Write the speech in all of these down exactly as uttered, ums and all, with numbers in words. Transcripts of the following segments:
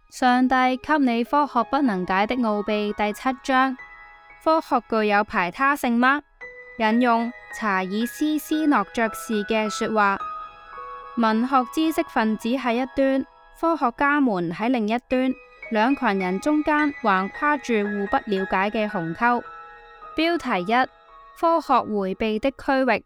上帝給你科學不能解的奧秘第七章：科學具有排他性嗎？引用查爾斯斯諾爵士嘅說話。文學知識分子喺一端，科學家們喺另一端，兩群人中間橫跨住互不了解嘅鴻溝。標題一：科學迴避的區域。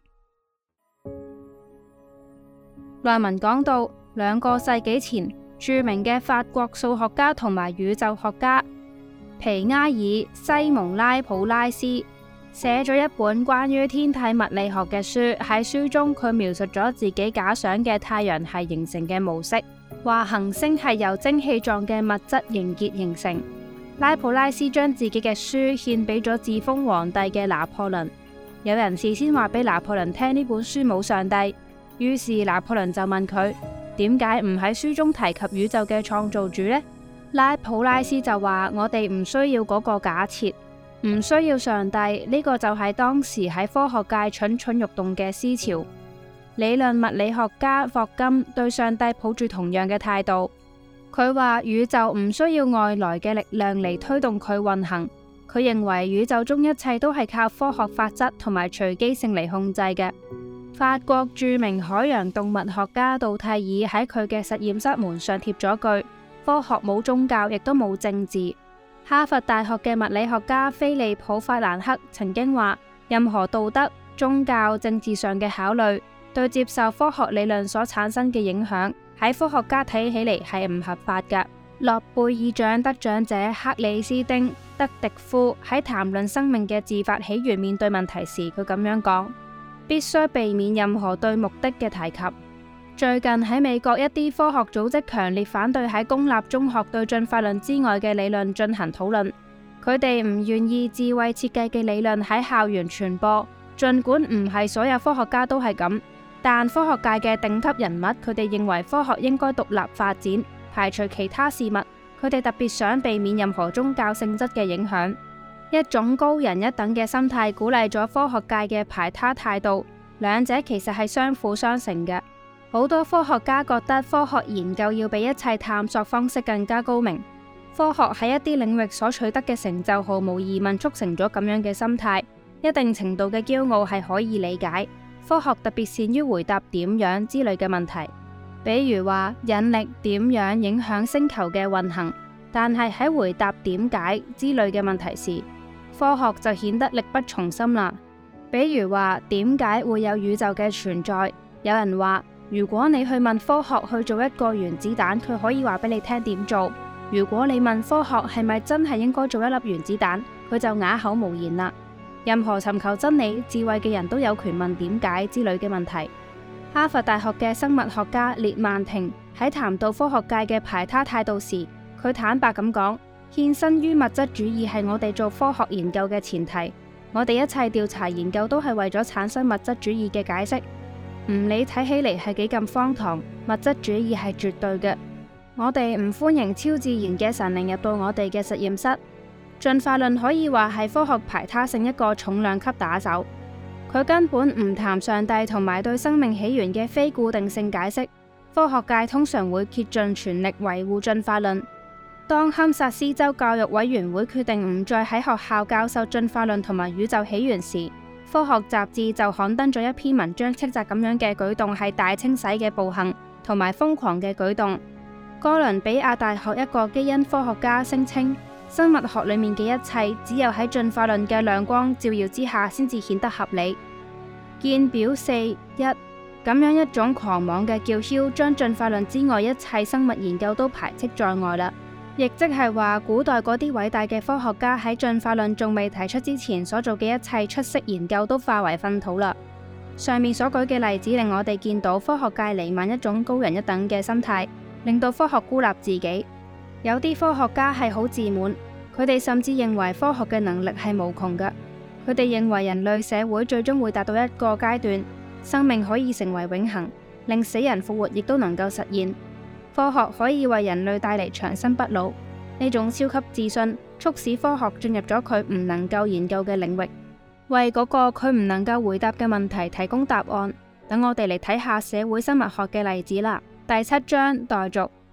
內文講到，兩個世紀前，著名嘅法國數學家同埋宇宙學家皮埃爾·西蒙拉普拉斯寫咗一本關於天體物理學嘅書。喺書中，佢描述咗自己假想嘅太陽系形成嘅模式，話行星係由蒸汽狀嘅物質凝結形成。拉普拉斯將自己嘅書獻俾咗自封皇帝嘅拿破崙。有人事先話俾拿破崙聽呢本書冇上帝，於是拿破崙就問佢點解唔喺書中提及宇宙嘅創造主呢？拉普拉斯就話：我哋唔需要嗰個假設，唔需要上帝。呢個就係當時喺科學界蠢蠢欲動嘅思潮。理論物理學家霍金對上帝抱住同樣嘅態度。佢話宇宙唔需要外來嘅力量嚟推動佢運行。佢認為宇宙中一切都係靠科學法則同埋隨機性嚟控制嘅。法國著名海洋動物學家杜蒂爾喺佢嘅實驗室門上貼咗句：科學冇宗教，亦都冇政治。哈佛大學嘅物理學家菲利普法蘭克曾經話：任何道德、宗教、政治上嘅考慮，對接受科學理論所產生嘅影響，喺科學家睇起嚟係唔合法㗎。諾貝爾獎得獎者克里斯丁德迪夫喺談論生命嘅自發起源面對問題時，佢咁樣講：必須避免任何對目的嘅提及。最近喺美國，一啲科學組織強烈反對喺公立中學對進化論之外嘅理論進行討論。佢哋唔願意智慧設計嘅理論喺校園傳播。儘管唔係所有科學家都係咁，但科學界嘅頂級人物，佢哋認為科學應該獨立發展，排除其他事物。佢哋特別想避免任何宗教性質嘅影響。一種高人一等嘅心態鼓勵咗科學界嘅排他態度，兩者其實係相輔相成嘅。好多科學家覺得科學研究要比一切探索方式更加高明。科學喺一啲領域所取得嘅成就毫無疑問促成咗咁樣嘅心態。一定程度嘅驕傲係可以理解。科學特別擅於回答點樣之類嘅問題，比如話引力點樣影響星球嘅運行。但係喺回答點解之類嘅問題時，科學就顯得力不從心啦。比如話點解會有宇宙嘅存在？有人話，如果你去問科學去做一個原子彈，佢可以話俾你聽點做。如果你問科學係咪真係應該做一粒原子彈，佢就啞口無言啦。任何尋求真理、智慧嘅人都有權問點解之類嘅問題。哈佛大學嘅生物學家列曼廷喺談到科學界嘅排他態度時，佢坦白咁講：獻身於物質主義係我哋做科學研究嘅前提。我哋一切調查研究都係為咗產生物質主義嘅解釋。唔理睇起嚟係幾咁荒唐，物質主義係絕對嘅。我哋唔歡迎超自然嘅神靈入到我哋嘅實驗室。進化論可以話係科學排他性一個重量級打手。佢根本唔談上帝同埋對生命起源嘅非固定性解釋。科學界通常會竭盡全力維護進化論。當堪薩斯州教育委員會決定唔再喺學校教授進化論同埋宇宙起源時，科學雜誌就刊登咗一篇文章，斥責咁樣嘅舉動係大清洗嘅暴行同埋瘋狂嘅舉動。哥倫比亞大學一個基因科學家聲稱，生物學裏面嘅一切只有喺進化論嘅亮光照耀之下先至顯得合理。見表四一，咁樣一種狂妄嘅叫囂，將進化論之外一切生物研究都排斥在外啦。亦即係話，古代嗰啲偉大嘅科學家喺進化論仲未提出之前所做嘅一切出色研究都化為糞土啦。上面所舉嘅例子令我哋見到科學界瀰漫一種高人一等嘅心態，令到科學孤立自己。有啲科學家係好自滿，佢哋甚至認為科學嘅能力係無窮嘅。佢哋認為人類社會最終會達到一個階段，生命可以成為永恆，令死人復活亦都能夠實現。科學可以為人類帶嚟長生不老。呢種超級自信促使科學進入咗佢唔能夠研究嘅領域，為嗰個佢唔能夠回答嘅問題提供答案。等我哋嚟睇下社會生物學嘅例子啦。第七章待續。